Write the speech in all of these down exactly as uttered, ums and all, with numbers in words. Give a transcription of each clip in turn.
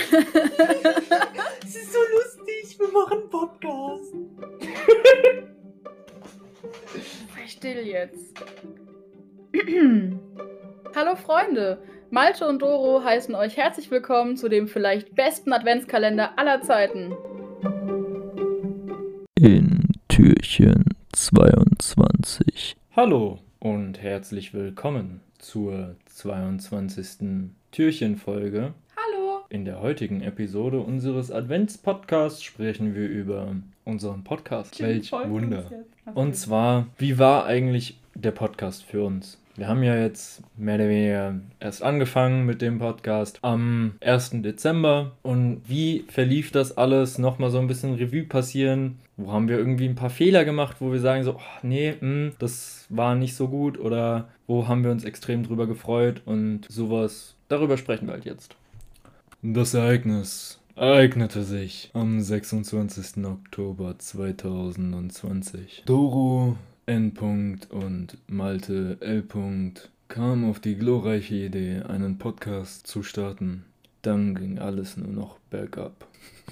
Es ist so lustig, wir machen einen Podcast. Sei still jetzt. Hallo Freunde, Malte und Doro heißen euch herzlich willkommen zu dem vielleicht besten Adventskalender aller Zeiten. In Türchen zweiundzwanzig. Hallo und herzlich willkommen zur zweiundzwanzigsten Türchenfolge. Hallo. In der heutigen Episode unseres Advents-Podcasts sprechen wir über unseren Podcast. Welch Wunder. Und zwar, wie war eigentlich der Podcast für uns? Wir haben ja jetzt mehr oder weniger erst angefangen mit dem Podcast am ersten Dezember. Und wie verlief das alles? Nochmal so ein bisschen Revue passieren. Wo haben wir irgendwie ein paar Fehler gemacht, wo wir sagen so, oh, nee, mh, das war nicht so gut. Oder wo haben wir uns extrem drüber gefreut und sowas. Darüber sprechen wir halt jetzt. Das Ereignis ereignete sich am sechsundzwanzigsten Oktober zweitausendzwanzig. Doro N. und Malte L. kamen auf die glorreiche Idee, einen Podcast zu starten. Dann ging alles nur noch bergab.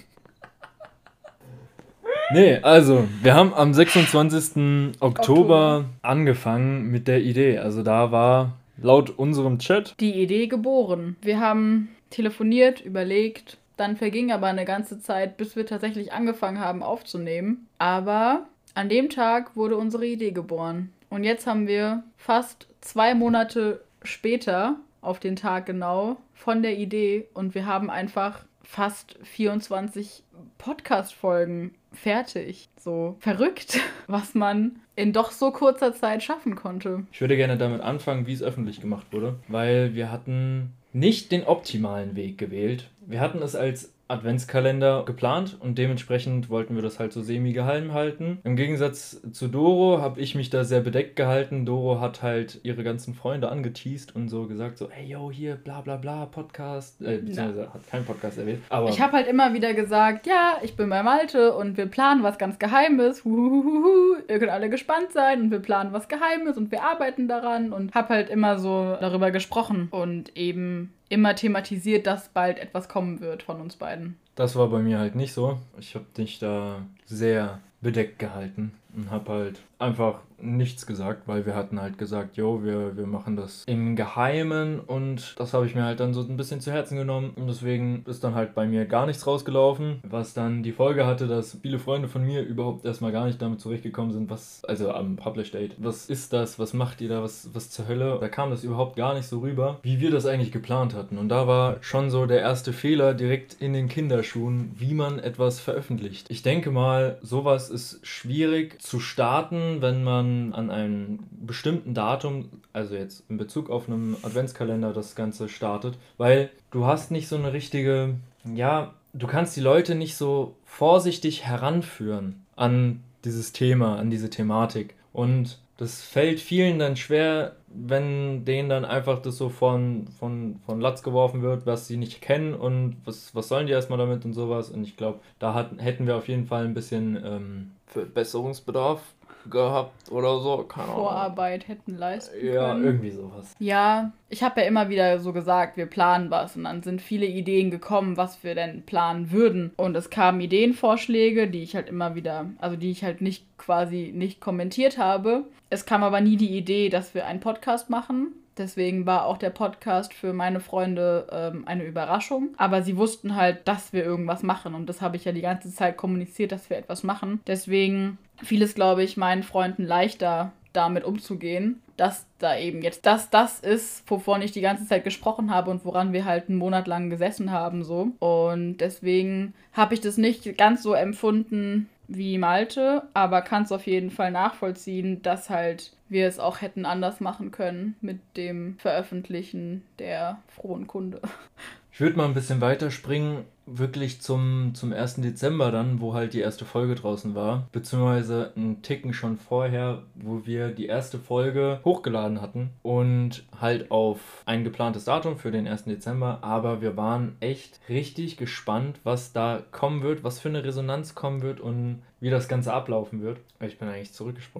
Nee, also, wir haben am sechsundzwanzigsten Oktober angefangen mit der Idee. Also da war laut unserem Chat Die Idee geboren. Wir haben telefoniert, überlegt, dann verging aber eine ganze Zeit, bis wir tatsächlich angefangen haben aufzunehmen. Aber an dem Tag wurde unsere Idee geboren. Und jetzt haben wir fast zwei Monate später, auf den Tag genau, von der Idee und wir haben einfach fast vierundzwanzig Podcast-Folgen fertig. So verrückt, was man in doch so kurzer Zeit schaffen konnte. Ich würde gerne damit anfangen, wie es öffentlich gemacht wurde, weil wir hatten nicht den optimalen Weg gewählt. Wir hatten es als Adventskalender geplant und dementsprechend wollten wir das halt so semi-geheim halten. Im Gegensatz zu Doro habe ich mich da sehr bedeckt gehalten. Doro hat halt ihre ganzen Freunde angeteased und so gesagt so, hey yo, hier, bla bla bla, Podcast, äh, beziehungsweise ja. hat keinen Podcast erwähnt. Aber ich habe halt immer wieder gesagt, ja, ich bin bei Malte und wir planen was ganz Geheimes. Huhuhuhu. Ihr könnt alle gespannt sein und wir planen was Geheimes und wir arbeiten daran und habe halt immer so darüber gesprochen und eben immer thematisiert, dass bald etwas kommen wird von uns beiden. Das war bei mir halt nicht so. Ich habe dich da sehr bedeckt gehalten und habe halt einfach nichts gesagt, weil wir hatten halt gesagt, jo, wir, wir machen das im Geheimen und das habe ich mir halt dann so ein bisschen zu Herzen genommen und deswegen ist dann halt bei mir gar nichts rausgelaufen, was dann die Folge hatte, dass viele Freunde von mir überhaupt erstmal gar nicht damit zurechtgekommen sind, was, also am Publish Date, was ist das, was macht ihr da, was, was zur Hölle, da kam das überhaupt gar nicht so rüber, wie wir das eigentlich geplant hatten und da war schon so der erste Fehler direkt in den Kinderschuhen, wie man etwas veröffentlicht. Ich denke mal, sowas ist schwierig zu starten, wenn man an einem bestimmten Datum, also jetzt in Bezug auf einen Adventskalender das Ganze startet, weil du hast nicht so eine richtige, ja, du kannst die Leute nicht so vorsichtig heranführen an dieses Thema, an diese Thematik und das fällt vielen dann schwer, wenn denen dann einfach das so von, von, von Latz geworfen wird, was sie nicht kennen und was, was sollen die erstmal damit und sowas. Und ich glaube, da hat, hätten wir auf jeden Fall ein bisschen ähm, Verbesserungsbedarf gehabt oder so. Keine Ahnung. Vorarbeit hätten leisten können. Ja, irgendwie sowas. Ja, ich habe ja immer wieder so gesagt, wir planen was und dann sind viele Ideen gekommen, was wir denn planen würden und es kamen Ideenvorschläge, die ich halt immer wieder, also die ich halt nicht quasi nicht kommentiert habe. Es kam aber nie die Idee, dass wir einen Podcast machen. Deswegen war auch der Podcast für meine Freunde ähm, eine Überraschung. Aber sie wussten halt, dass wir irgendwas machen. Und das habe ich ja die ganze Zeit kommuniziert, dass wir etwas machen. Deswegen fiel es, glaube ich, meinen Freunden leichter, damit umzugehen, dass da eben jetzt das das ist, wovon ich die ganze Zeit gesprochen habe und woran wir halt einen Monat lang gesessen haben. So. Und deswegen habe ich das nicht ganz so empfunden wie Malte, aber kann es auf jeden Fall nachvollziehen, dass halt wir es auch hätten anders machen können mit dem Veröffentlichen der frohen Kunde. Ich würde mal ein bisschen weiterspringen, wirklich zum, zum ersten Dezember dann, wo halt die erste Folge draußen war, beziehungsweise einen Ticken schon vorher, wo wir die erste Folge hochgeladen hatten und halt auf ein geplantes Datum für den ersten Dezember, aber wir waren echt richtig gespannt, was da kommen wird, was für eine Resonanz kommen wird und wie das Ganze ablaufen wird. Ich bin eigentlich zurückgesprungen, ja.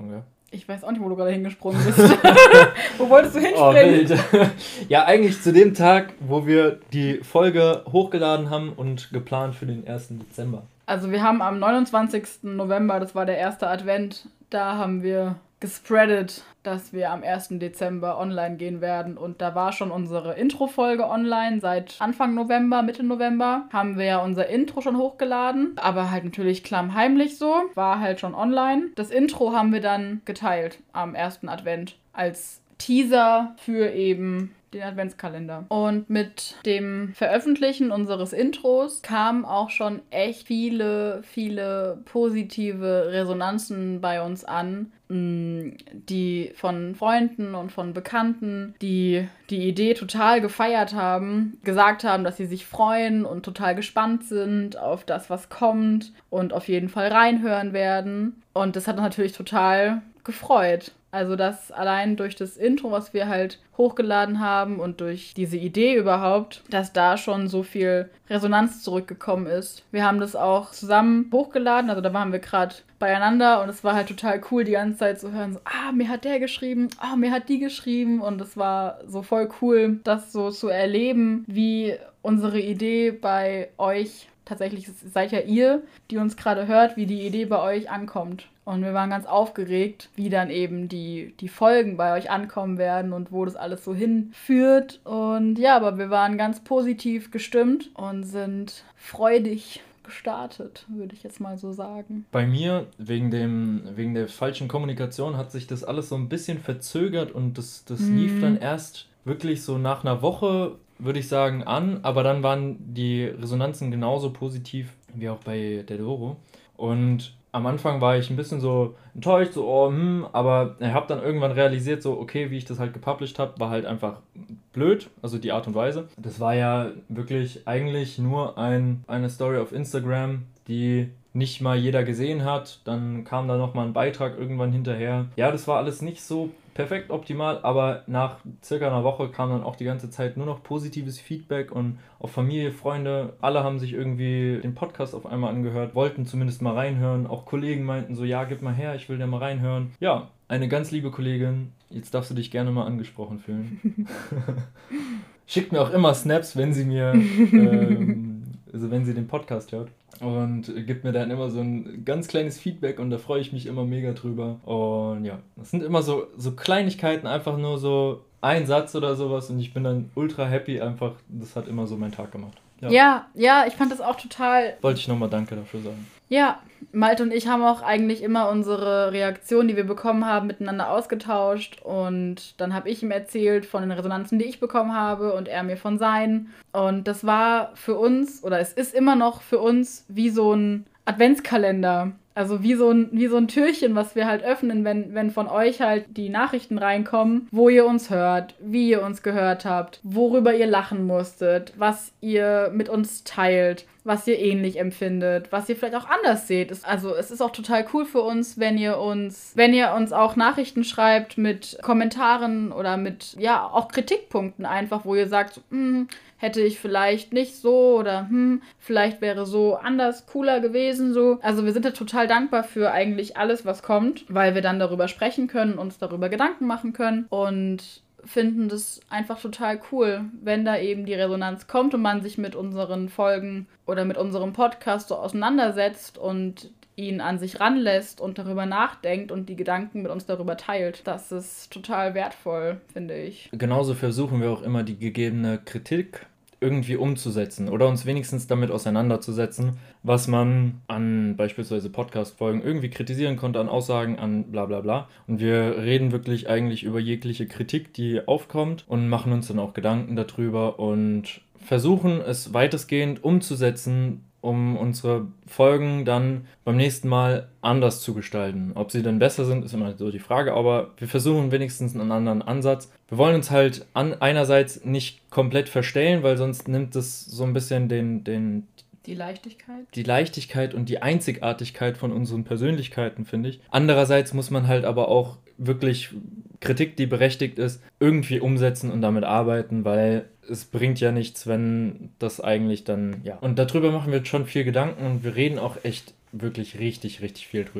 Ich weiß auch nicht, wo du gerade hingesprungen bist. Wo wolltest du hinspringen? Oh, ja, eigentlich zu dem Tag, wo wir die Folge hochgeladen haben und geplant für den ersten Dezember. Also wir haben am neunundzwanzigsten November, das war der erste Advent, da haben wir gespreadet, dass wir am ersten Dezember online gehen werden. Und da war schon unsere Intro-Folge online. Seit Anfang November, Mitte November haben wir ja unser Intro schon hochgeladen. Aber halt natürlich klammheimlich so. War halt schon online. Das Intro haben wir dann geteilt am ersten Advent als Teaser für eben den Adventskalender. Und mit dem Veröffentlichen unseres Intros kamen auch schon echt viele, viele positive Resonanzen bei uns an, die von Freunden und von Bekannten, die die Idee total gefeiert haben, gesagt haben, dass sie sich freuen und total gespannt sind auf das, was kommt und auf jeden Fall reinhören werden. Und das hat uns natürlich total gefreut. Also das allein durch das Intro, was wir halt hochgeladen haben und durch diese Idee überhaupt, dass da schon so viel Resonanz zurückgekommen ist. Wir haben das auch zusammen hochgeladen, also da waren wir gerade beieinander und es war halt total cool, die ganze Zeit zu hören, so, ah, mir hat der geschrieben, ah, mir hat die geschrieben und es war so voll cool, das so zu erleben, wie unsere Idee bei euch, tatsächlich seid ja ihr, die uns gerade hört, wie die Idee bei euch ankommt. Und wir waren ganz aufgeregt, wie dann eben die, die Folgen bei euch ankommen werden und wo das alles so hinführt. Und ja, aber wir waren ganz positiv gestimmt und sind freudig gestartet, würde ich jetzt mal so sagen. Bei mir, wegen dem, wegen der falschen Kommunikation, hat sich das alles so ein bisschen verzögert und das, das mm. lief dann erst wirklich so nach einer Woche, würde ich sagen, an. Aber dann waren die Resonanzen genauso positiv wie auch bei der Doro. Und am Anfang war ich ein bisschen so enttäuscht, so, oh, hm, aber ich habe dann irgendwann realisiert, so, okay, wie ich das halt gepublished habe, war halt einfach blöd, also die Art und Weise. Das war ja wirklich eigentlich nur ein, eine Story auf Instagram, die nicht mal jeder gesehen hat. Dann kam da nochmal ein Beitrag irgendwann hinterher. Ja, das war alles nicht so perfekt optimal, aber nach circa einer Woche kam dann auch die ganze Zeit nur noch positives Feedback und auch Familie, Freunde, alle haben sich irgendwie den Podcast auf einmal angehört, wollten zumindest mal reinhören. Auch Kollegen meinten so, ja, gib mal her, ich will da mal reinhören. Ja, eine ganz liebe Kollegin, jetzt darfst du dich gerne mal angesprochen fühlen. Schickt mir auch immer Snaps, wenn sie mir, ähm, also wenn sie den Podcast hört. Und gibt mir dann immer so ein ganz kleines Feedback und da freue ich mich immer mega drüber. Und ja, das sind immer so, so Kleinigkeiten, einfach nur so ein Satz oder sowas und ich bin dann ultra happy einfach. Das hat immer so meinen Tag gemacht. Ja, ja, ja, ich fand das auch total... Wollte ich nochmal Danke dafür sagen. Ja, Malte und ich haben auch eigentlich immer unsere Reaktionen, die wir bekommen haben, miteinander ausgetauscht und dann habe ich ihm erzählt von den Resonanzen, die ich bekommen habe und er mir von seinen und das war für uns, oder es ist immer noch für uns wie so ein Adventskalender. Also wie so ein, wie so ein Türchen, was wir halt öffnen, wenn, wenn von euch halt die Nachrichten reinkommen, wo ihr uns hört, wie ihr uns gehört habt, worüber ihr lachen musstet, was ihr mit uns teilt, was ihr ähnlich empfindet, was ihr vielleicht auch anders seht. Also es ist auch total cool für uns, wenn ihr uns, wenn ihr uns auch Nachrichten schreibt mit Kommentaren oder mit, ja, auch Kritikpunkten einfach, wo ihr sagt, so, hm, hätte ich vielleicht nicht so oder hm, vielleicht wäre so anders cooler gewesen so. Also wir sind da total dankbar für eigentlich alles, was kommt, weil wir dann darüber sprechen können, uns darüber Gedanken machen können und finden das einfach total cool, wenn da eben die Resonanz kommt und man sich mit unseren Folgen oder mit unserem Podcast so auseinandersetzt und ihn an sich ranlässt und darüber nachdenkt und die Gedanken mit uns darüber teilt. Das ist total wertvoll, finde ich. Genauso versuchen wir auch immer die gegebene Kritik irgendwie umzusetzen oder uns wenigstens damit auseinanderzusetzen, was man an beispielsweise Podcast-Folgen irgendwie kritisieren konnte, an Aussagen, an bla bla bla. Und wir reden wirklich eigentlich über jegliche Kritik, die aufkommt und machen uns dann auch Gedanken darüber und versuchen es weitestgehend umzusetzen, um unsere Folgen dann beim nächsten Mal anders zu gestalten. Ob sie dann besser sind, ist immer so die Frage, aber wir versuchen wenigstens einen anderen Ansatz. Wir wollen uns halt an einerseits nicht komplett verstellen, weil sonst nimmt es so ein bisschen den, den Die Leichtigkeit? Die Leichtigkeit und die Einzigartigkeit von unseren Persönlichkeiten, finde ich. Andererseits muss man halt aber auch wirklich Kritik, die berechtigt ist, irgendwie umsetzen und damit arbeiten, weil es bringt ja nichts, wenn das eigentlich dann, ja. Und darüber machen wir schon viel Gedanken und wir reden auch echt wirklich richtig, richtig viel drüber.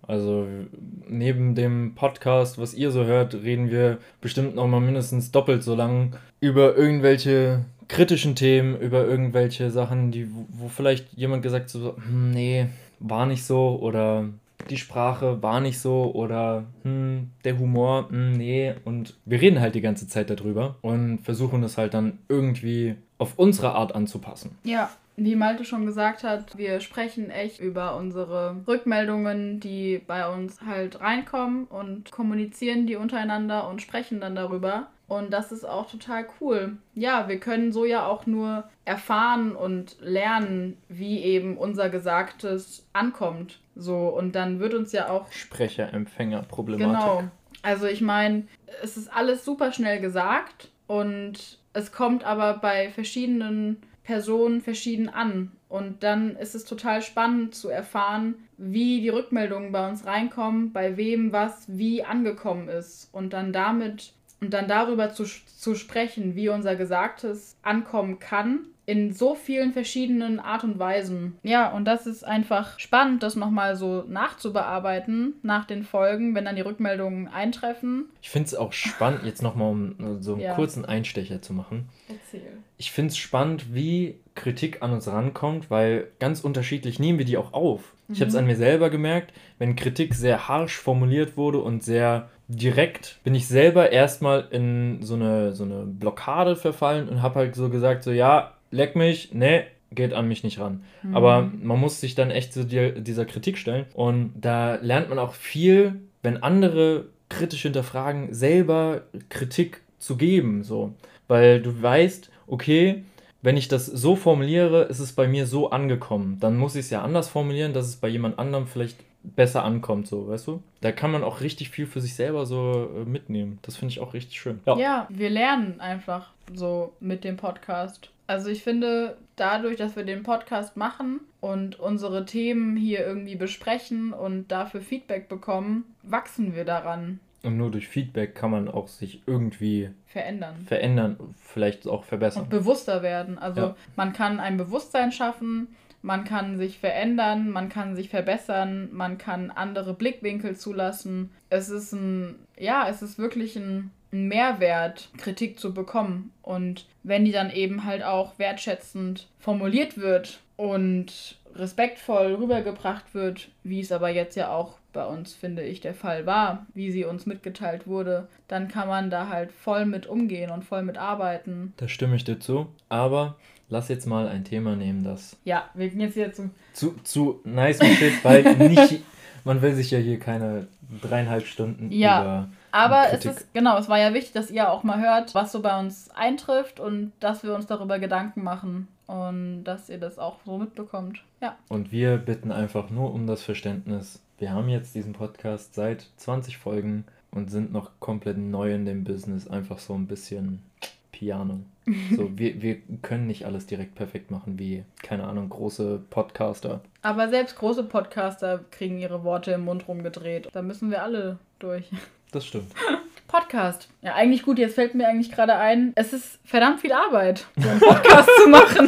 Also neben dem Podcast, was ihr so hört, reden wir bestimmt noch mal mindestens doppelt so lang über irgendwelche kritischen Themen, über irgendwelche Sachen, die wo vielleicht jemand gesagt hat, so, hm, nee, war nicht so, oder die Sprache war nicht so, oder hm, der Humor, hm, nee. Und wir reden halt die ganze Zeit darüber und versuchen es halt dann irgendwie auf unsere Art anzupassen. Ja. Wie Malte schon gesagt hat, wir sprechen echt über unsere Rückmeldungen, die bei uns halt reinkommen und kommunizieren die untereinander und sprechen dann darüber. Und das ist auch total cool. Ja, wir können so ja auch nur erfahren und lernen, wie eben unser Gesagtes ankommt. So, und dann wird uns ja auch... Sprecher-Empfänger-Problematik. Genau. Also ich meine, es ist alles super schnell gesagt und es kommt aber bei verschiedenen Personen verschieden an. Und dann ist es total spannend zu erfahren, wie die Rückmeldungen bei uns reinkommen, bei wem was wie angekommen ist. Und dann damit und dann darüber zu, zu sprechen, wie unser Gesagtes ankommen kann, in so vielen verschiedenen Art und Weisen. Ja, und das ist einfach spannend, das nochmal so nachzubearbeiten nach den Folgen, wenn dann die Rückmeldungen eintreffen. Ich finde es auch spannend, jetzt nochmal um so einen Ja. kurzen Einstecher zu machen. Erzähl. Ich finde es spannend, wie Kritik an uns rankommt, weil ganz unterschiedlich nehmen wir die auch auf. Ich habe es an mir selber gemerkt, wenn Kritik sehr harsch formuliert wurde und sehr direkt, bin ich selber erstmal in so eine, so eine Blockade verfallen und habe halt so gesagt, so ja, leck mich, nee, geht an mich nicht ran. Mhm. Aber man muss sich dann echt so die, dieser Kritik stellen und da lernt man auch viel, wenn andere kritisch hinterfragen, selber Kritik zu geben, so. Weil du weißt, okay, wenn ich das so formuliere, ist es bei mir so angekommen. Dann muss ich es ja anders formulieren, dass es bei jemand anderem vielleicht besser ankommt, so, weißt du? Da kann man auch richtig viel für sich selber so äh, mitnehmen. Das finde ich auch richtig schön. Ja. ja, wir lernen einfach so mit dem Podcast. Also ich finde, dadurch, dass wir den Podcast machen und unsere Themen hier irgendwie besprechen und dafür Feedback bekommen, wachsen wir daran. Und nur durch Feedback kann man auch sich irgendwie verändern. Verändern, vielleicht auch verbessern. Und bewusster werden. Also ja. Man kann ein Bewusstsein schaffen, man kann sich verändern, man kann sich verbessern, man kann andere Blickwinkel zulassen. Es ist ein, ja, es ist wirklich ein, ein Mehrwert, Kritik zu bekommen. Und wenn die dann eben halt auch wertschätzend formuliert wird und respektvoll rübergebracht wird, wie es aber jetzt ja auch bei uns, finde ich, der Fall war, wie sie uns mitgeteilt wurde, dann kann man da halt voll mit umgehen und voll mit arbeiten. Da stimme ich dir zu, aber lass jetzt mal ein Thema nehmen, das... Ja, wir gehen jetzt hier zu... Zu, zu nice shit, weil nicht... Man will sich ja hier keine dreieinhalb Stunden ja, über... Aber es ist, genau, es war ja wichtig, dass ihr auch mal hört, was so bei uns eintrifft und dass wir uns darüber Gedanken machen und dass ihr das auch so mitbekommt. Ja. Und wir bitten einfach nur um das Verständnis. Wir haben jetzt diesen Podcast seit zwanzig Folgen und sind noch komplett neu in dem Business. Einfach so ein bisschen Piano. So, wir, wir können nicht alles direkt perfekt machen wie, keine Ahnung, große Podcaster. Aber selbst große Podcaster kriegen ihre Worte im Mund rumgedreht. Da müssen wir alle durch. Das stimmt. Podcast. Ja, eigentlich gut, jetzt fällt mir eigentlich gerade ein, es ist verdammt viel Arbeit, so einen Podcast zu machen.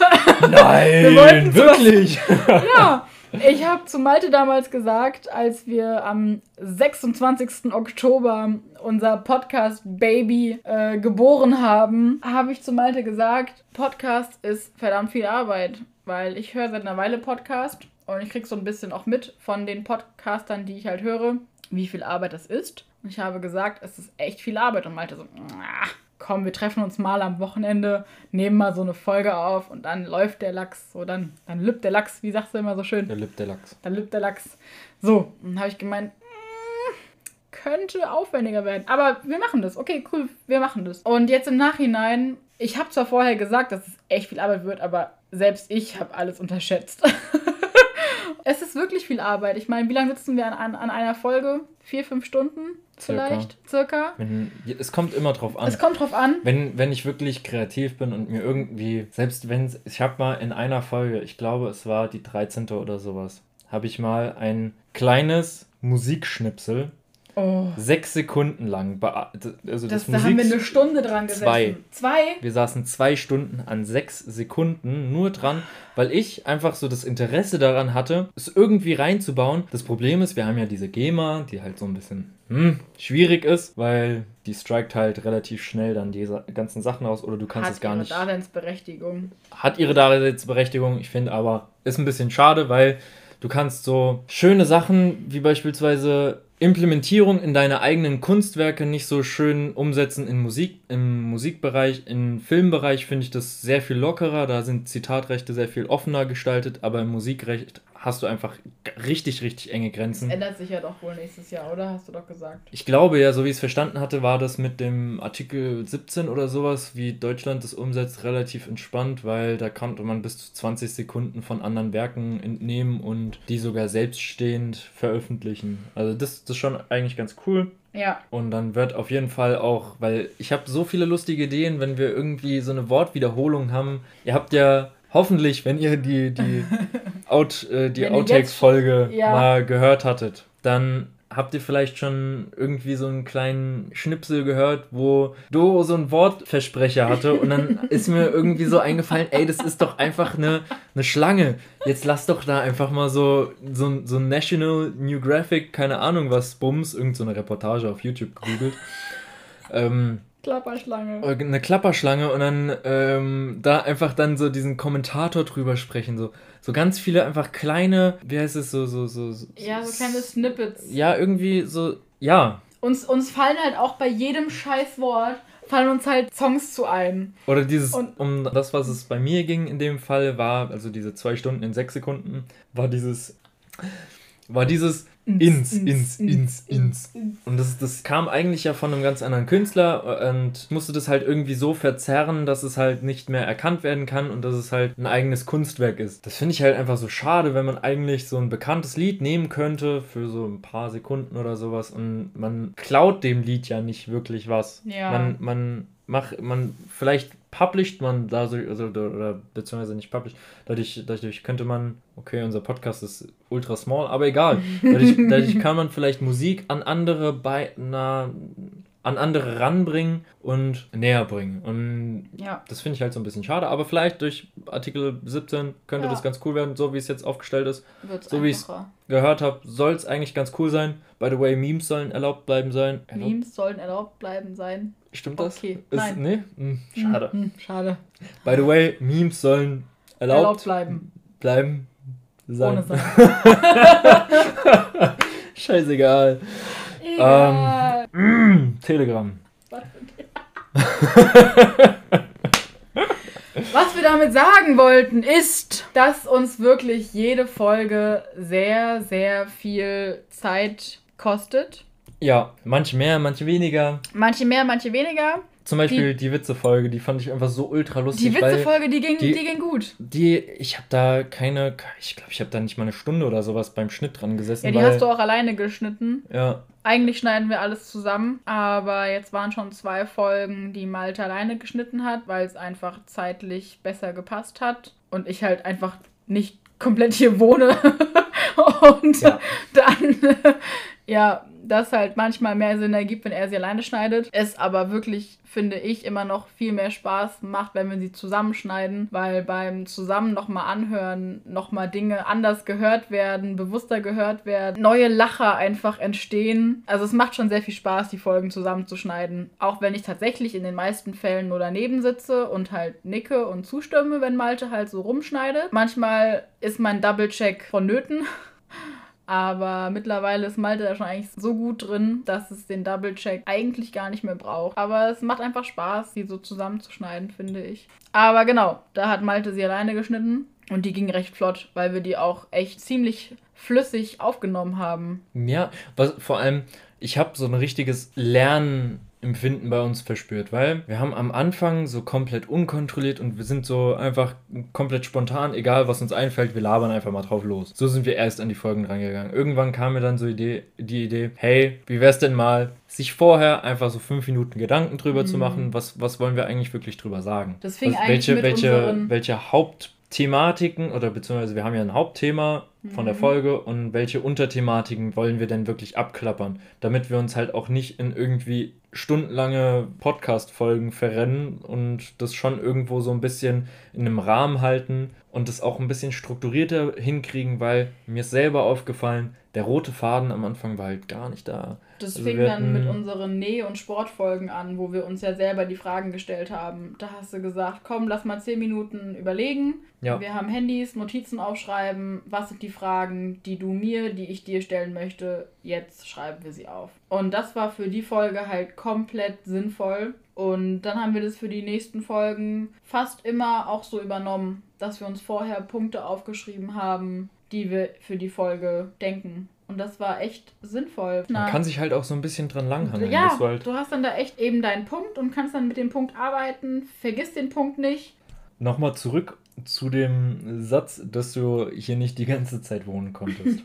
Nein, wirklich? Was, ja, ich habe zu Malte damals gesagt, als wir am sechsundzwanzigsten Oktober unser Podcast-Baby äh, geboren haben, habe ich zu Malte gesagt, Podcast ist verdammt viel Arbeit, weil ich höre seit einer Weile Podcast und ich kriege so ein bisschen auch mit von den Podcastern, die ich halt höre, wie viel Arbeit das ist. Und ich habe gesagt, es ist echt viel Arbeit. Und Malte so, komm, wir treffen uns mal am Wochenende, nehmen mal so eine Folge auf und dann läuft der Lachs. So, dann, dann lübt der Lachs, wie sagst du immer so schön? Der lübt der Lachs. Dann lübt der Lachs. So, und dann habe ich gemeint, könnte aufwendiger werden. Aber wir machen das. Okay, cool, wir machen das. Und jetzt im Nachhinein, ich habe zwar vorher gesagt, dass es echt viel Arbeit wird, aber selbst ich habe alles unterschätzt. Es ist wirklich viel Arbeit. Ich meine, wie lange sitzen wir an, an, an einer Folge? Vier, fünf Stunden vielleicht? Circa. Circa. Wenn, es kommt immer drauf an. Es kommt drauf an. Wenn, wenn ich wirklich kreativ bin und mir irgendwie, selbst wenn ich habe mal in einer Folge, ich glaube, es war die dreizehnte oder sowas, habe ich mal ein kleines Musikschnipsel Oh. Sechs Sekunden lang. Also das, das da haben wir eine Stunde dran gesessen. Zwei. Zwei? Wir saßen zwei Stunden an sechs Sekunden nur dran, weil ich einfach so das Interesse daran hatte, es irgendwie reinzubauen. Das Problem ist, wir haben ja diese GEMA, die halt so ein bisschen hm, schwierig ist, weil die strikt halt relativ schnell dann diese ganzen Sachen aus oder du kannst Hat es gar ihre nicht. Daseinsberechtigung. Hat ihre Daseinsberechtigung. Ich finde aber, ist ein bisschen schade, weil du kannst so schöne Sachen wie beispielsweise Implementierung in deine eigenen Kunstwerke nicht so schön umsetzen in Musik, im Musikbereich, im Filmbereich finde ich das sehr viel lockerer, da sind Zitatrechte sehr viel offener gestaltet, aber im Musikrecht hast du einfach richtig, richtig enge Grenzen. Das ändert sich ja doch wohl nächstes Jahr, oder? Hast du doch gesagt. Ich glaube ja, so wie ich es verstanden hatte, war das mit dem Artikel siebzehn oder sowas, wie Deutschland das umsetzt, relativ entspannt, weil da konnte man bis zu zwanzig Sekunden von anderen Werken entnehmen und die sogar selbststehend veröffentlichen. Also das, das ist schon eigentlich ganz cool. Ja. Und dann wird auf jeden Fall auch, weil ich habe so viele lustige Ideen, wenn wir irgendwie so eine Wortwiederholung haben. Ihr habt ja hoffentlich, wenn ihr die, die, Out, äh, die Outtakes-Folge ja. mal gehört hattet, dann habt ihr vielleicht schon irgendwie so einen kleinen Schnipsel gehört, wo Do so ein Wortversprecher hatte und dann ist mir irgendwie so eingefallen, ey, das ist doch einfach eine, eine Schlange. Jetzt lass doch da einfach mal so, so, so National Geographic, keine Ahnung was, Bums, irgend so eine Reportage auf YouTube gegoogelt. ähm, Klapperschlange. Eine Klapperschlange und dann ähm, da einfach dann so diesen Kommentator drüber sprechen, so, so ganz viele einfach kleine, wie heißt es, so, so, so, so ja, so kleine Snippets. Ja, irgendwie so, ja. Uns, uns fallen halt auch bei jedem Scheißwort, fallen uns halt Songs zu ein. Oder dieses, und um das, was es bei mir ging in dem Fall, war, also diese zwei Stunden in sechs Sekunden, war dieses, war dieses Ins, ins, ins, ins. Und das, das kam eigentlich ja von einem ganz anderen Künstler und musste das halt irgendwie so verzerren, dass es halt nicht mehr erkannt werden kann und dass es halt ein eigenes Kunstwerk ist. Das finde ich halt einfach so schade, wenn man eigentlich so ein bekanntes Lied nehmen könnte für so ein paar Sekunden oder sowas und man klaut dem Lied ja nicht wirklich was. Ja. Man, man macht, man, vielleicht publisht man da so, also, oder beziehungsweise nicht published, dadurch, dadurch könnte man, okay, unser Podcast ist ultra small, aber egal, dadurch, dadurch kann man vielleicht Musik an andere bei, na, an andere ranbringen und näher bringen und ja. Das finde ich halt so ein bisschen schade, aber vielleicht durch Artikel siebzehn könnte ja. das ganz cool werden, so wie es jetzt aufgestellt ist. Wird's so wie ich es gehört habe, soll es eigentlich ganz cool sein. By the way, Memes sollen erlaubt bleiben sein. Erlaubt? Memes sollen erlaubt bleiben sein. Stimmt das? Okay, ist, nein. Nee? Hm, schade. Hm, schade. By the way, Memes sollen erlaubt, erlaubt bleiben. Bleiben sein. Ohne sein. Scheißegal. Egal. Ähm, Telegram. Was Was wir damit sagen wollten, ist, dass uns wirklich jede Folge sehr, sehr viel Zeit kostet. Ja, manche mehr, manche weniger. Manche mehr, manche weniger. Zum Beispiel die, die Witze-Folge, die fand ich einfach so ultra lustig. Die Witze-Folge, die ging, die, die ging gut. Die, ich habe da keine, ich glaube, ich habe da nicht mal eine Stunde oder sowas beim Schnitt dran gesessen. Ja, die weil, hast du auch alleine geschnitten. Ja. Eigentlich schneiden wir alles zusammen, aber jetzt waren schon zwei Folgen, die Malte alleine geschnitten hat, weil es einfach zeitlich besser gepasst hat und ich halt einfach nicht komplett hier wohne. Und ja. dann, ja, das halt manchmal mehr Sinn ergibt, wenn er sie alleine schneidet. Es aber wirklich, finde ich, immer noch viel mehr Spaß macht, wenn wir sie zusammenschneiden, weil beim Zusammen nochmal anhören, nochmal Dinge anders gehört werden, bewusster gehört werden, neue Lacher einfach entstehen. Also es macht schon sehr viel Spaß, die Folgen zusammenzuschneiden. Auch wenn ich tatsächlich in den meisten Fällen nur daneben sitze und halt nicke und zustimme, wenn Malte halt so rumschneidet. Manchmal ist mein Double-Check vonnöten. Aber mittlerweile ist Malte da schon eigentlich so gut drin, dass es den Double-Check eigentlich gar nicht mehr braucht. Aber es macht einfach Spaß, die so zusammenzuschneiden, finde ich. Aber genau, da hat Malte sie alleine geschnitten und die ging recht flott, weil wir die auch echt ziemlich flüssig aufgenommen haben. Ja, was, vor allem, ich habe so ein richtiges Lernempfinden bei uns verspürt, weil wir haben am Anfang so komplett unkontrolliert und wir sind so einfach komplett spontan, egal was uns einfällt, wir labern einfach mal drauf los. So sind wir erst an die Folgen rangegangen. Irgendwann kam mir dann so Idee, die Idee, hey, wie wär's denn mal, sich vorher einfach so fünf Minuten Gedanken drüber mm. zu machen, was, was wollen wir eigentlich wirklich drüber sagen? Das fing was, eigentlich welche, mit welche, unseren... welche Haupt Thematiken oder beziehungsweise wir haben ja ein Hauptthema von der Folge und welche Unterthematiken wollen wir denn wirklich abklappern, damit wir uns halt auch nicht in irgendwie stundenlange Podcast-Folgen verrennen und das schon irgendwo so ein bisschen in einem Rahmen halten und das auch ein bisschen strukturierter hinkriegen, weil mir ist selber aufgefallen, der rote Faden am Anfang war halt gar nicht da. Das Also fing wir dann mit hatten- unseren Näh- und Sportfolgen an, wo wir uns ja selber die Fragen gestellt haben. Da hast du gesagt, komm, lass mal zehn Minuten überlegen. Ja. Wir haben Handys, Notizen aufschreiben. Was sind die Fragen, die du mir, die ich dir stellen möchte? Jetzt schreiben wir sie auf. Und das war für die Folge halt komplett sinnvoll. Und dann haben wir das für die nächsten Folgen fast immer auch so übernommen, dass wir uns vorher Punkte aufgeschrieben haben, die wir für die Folge denken. Und das war echt sinnvoll. Man kann sich halt auch so ein bisschen dran langhangeln. Ja, Das war halt du hast dann da echt eben deinen Punkt und kannst dann mit dem Punkt arbeiten. Vergiss den Punkt nicht. Nochmal zurück zu dem Satz, dass du hier nicht die ganze Zeit wohnen konntest.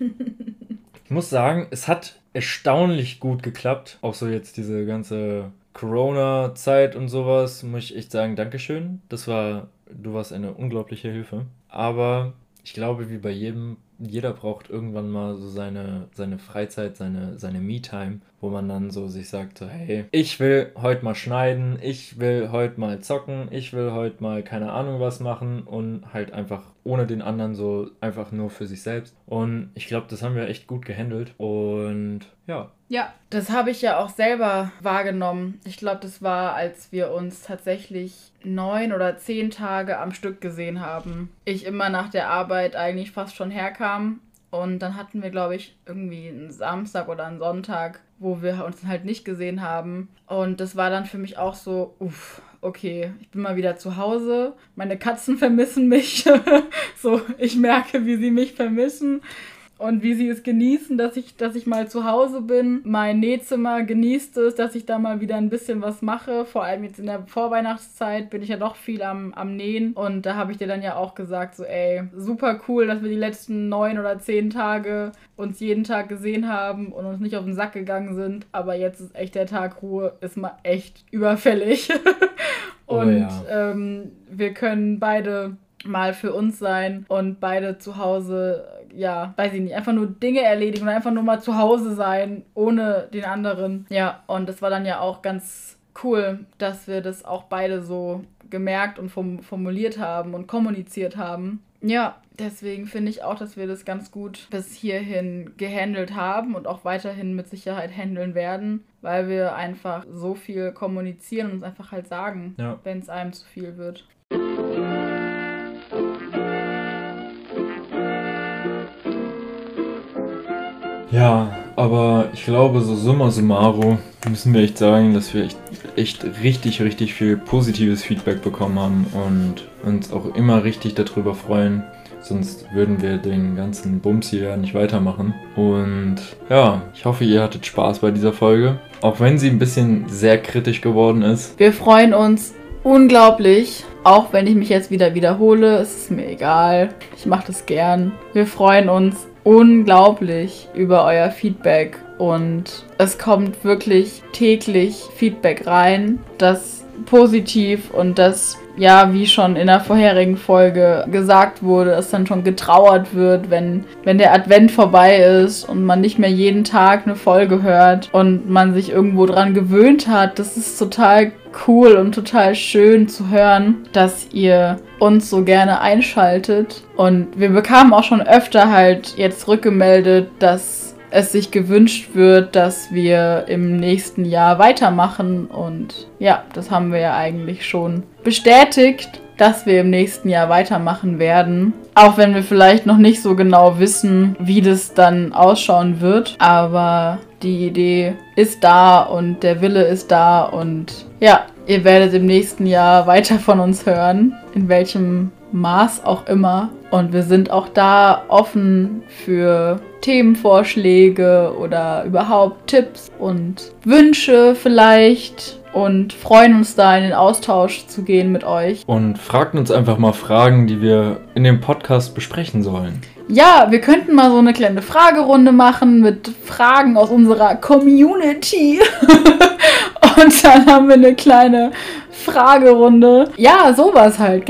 Ich muss sagen, es hat erstaunlich gut geklappt. Auch so jetzt diese ganze Corona-Zeit und sowas, muss ich echt sagen, Dankeschön. Das war, du warst eine unglaubliche Hilfe. Aber ich glaube, wie bei jedem, jeder braucht irgendwann mal so seine, seine Freizeit, seine, seine Me-Time, wo man dann so sich sagt, so, hey, ich will heute mal schneiden, ich will heute mal zocken, ich will heute mal keine Ahnung was machen und halt einfach ohne den anderen so einfach nur für sich selbst. Und ich glaube, das haben wir echt gut gehandelt und ja. Ja, das habe ich ja auch selber wahrgenommen. Ich glaube, das war, als wir uns tatsächlich neun oder zehn Tage am Stück gesehen haben. Ich immer nach der Arbeit eigentlich fast schon herkam. Und dann hatten wir, glaube ich, irgendwie einen Samstag oder einen Sonntag, wo wir uns halt nicht gesehen haben. Und das war dann für mich auch so, uff, okay, ich bin mal wieder zu Hause. Meine Katzen vermissen mich. So, ich merke, wie sie mich vermissen. Und wie sie es genießen, dass ich, dass ich mal zu Hause bin. Mein Nähzimmer genießt es, dass ich da mal wieder ein bisschen was mache. Vor allem jetzt in der Vorweihnachtszeit bin ich ja doch viel am, am Nähen. Und da habe ich dir dann ja auch gesagt, so ey, super cool, dass wir die letzten neun oder zehn Tage uns jeden Tag gesehen haben und uns nicht auf den Sack gegangen sind. Aber jetzt ist echt der Tag Ruhe, ist mal echt überfällig. Und Oh ja. ähm, wir können beide mal für uns sein und beide zu Hause, ja, weiß ich nicht, einfach nur Dinge erledigen und einfach nur mal zu Hause sein, ohne den anderen. Ja, und das war dann ja auch ganz cool, dass wir das auch beide so gemerkt und form- formuliert haben und kommuniziert haben. Ja, deswegen finde ich auch, dass wir das ganz gut bis hierhin gehandelt haben und auch weiterhin mit Sicherheit handeln werden, weil wir einfach so viel kommunizieren und uns einfach halt sagen, Ja. wenn es einem zu viel wird. Ja, aber ich glaube, so summa summarum müssen wir echt sagen, dass wir echt, echt richtig, richtig viel positives Feedback bekommen haben und uns auch immer richtig darüber freuen. Sonst würden wir den ganzen Bums hier nicht weitermachen. Und ja, ich hoffe, ihr hattet Spaß bei dieser Folge. Auch wenn sie ein bisschen sehr kritisch geworden ist. Wir freuen uns unglaublich, auch wenn ich mich jetzt wieder wiederhole. Es ist mir egal. Ich mache das gern. Wir freuen uns unglaublich über euer Feedback und es kommt wirklich täglich Feedback rein, das positiv und das, ja, wie schon in der vorherigen Folge gesagt wurde, es dann schon getrauert wird, wenn, wenn der Advent vorbei ist und man nicht mehr jeden Tag eine Folge hört und man sich irgendwo dran gewöhnt hat. Das ist total cool und total schön zu hören, dass ihr uns so gerne einschaltet. Und wir bekamen auch schon öfter halt jetzt rückgemeldet, dass es sich gewünscht wird, dass wir im nächsten Jahr weitermachen. Und ja, das haben wir ja eigentlich schon bestätigt, dass wir im nächsten Jahr weitermachen werden. Auch wenn wir vielleicht noch nicht so genau wissen, wie das dann ausschauen wird. Aber die Idee ist da und der Wille ist da. Und ja, ihr werdet im nächsten Jahr weiter von uns hören. In welchem Maß auch immer. Und wir sind auch da offen für Themenvorschläge oder überhaupt Tipps und Wünsche vielleicht und freuen uns da in den Austausch zu gehen mit euch. Und fragt uns einfach mal Fragen, die wir in dem Podcast besprechen sollen. Ja, wir könnten mal so eine kleine Fragerunde machen mit Fragen aus unserer Community. Und dann haben wir eine kleine Fragerunde. Ja, sowas halt, gell?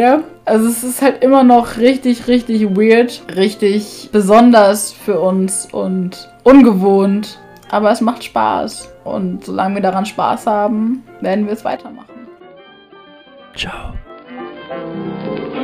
Also es ist halt immer noch richtig, richtig weird, richtig besonders für uns und ungewohnt. Aber es macht Spaß. Und solange wir daran Spaß haben, werden wir es weitermachen. Ciao.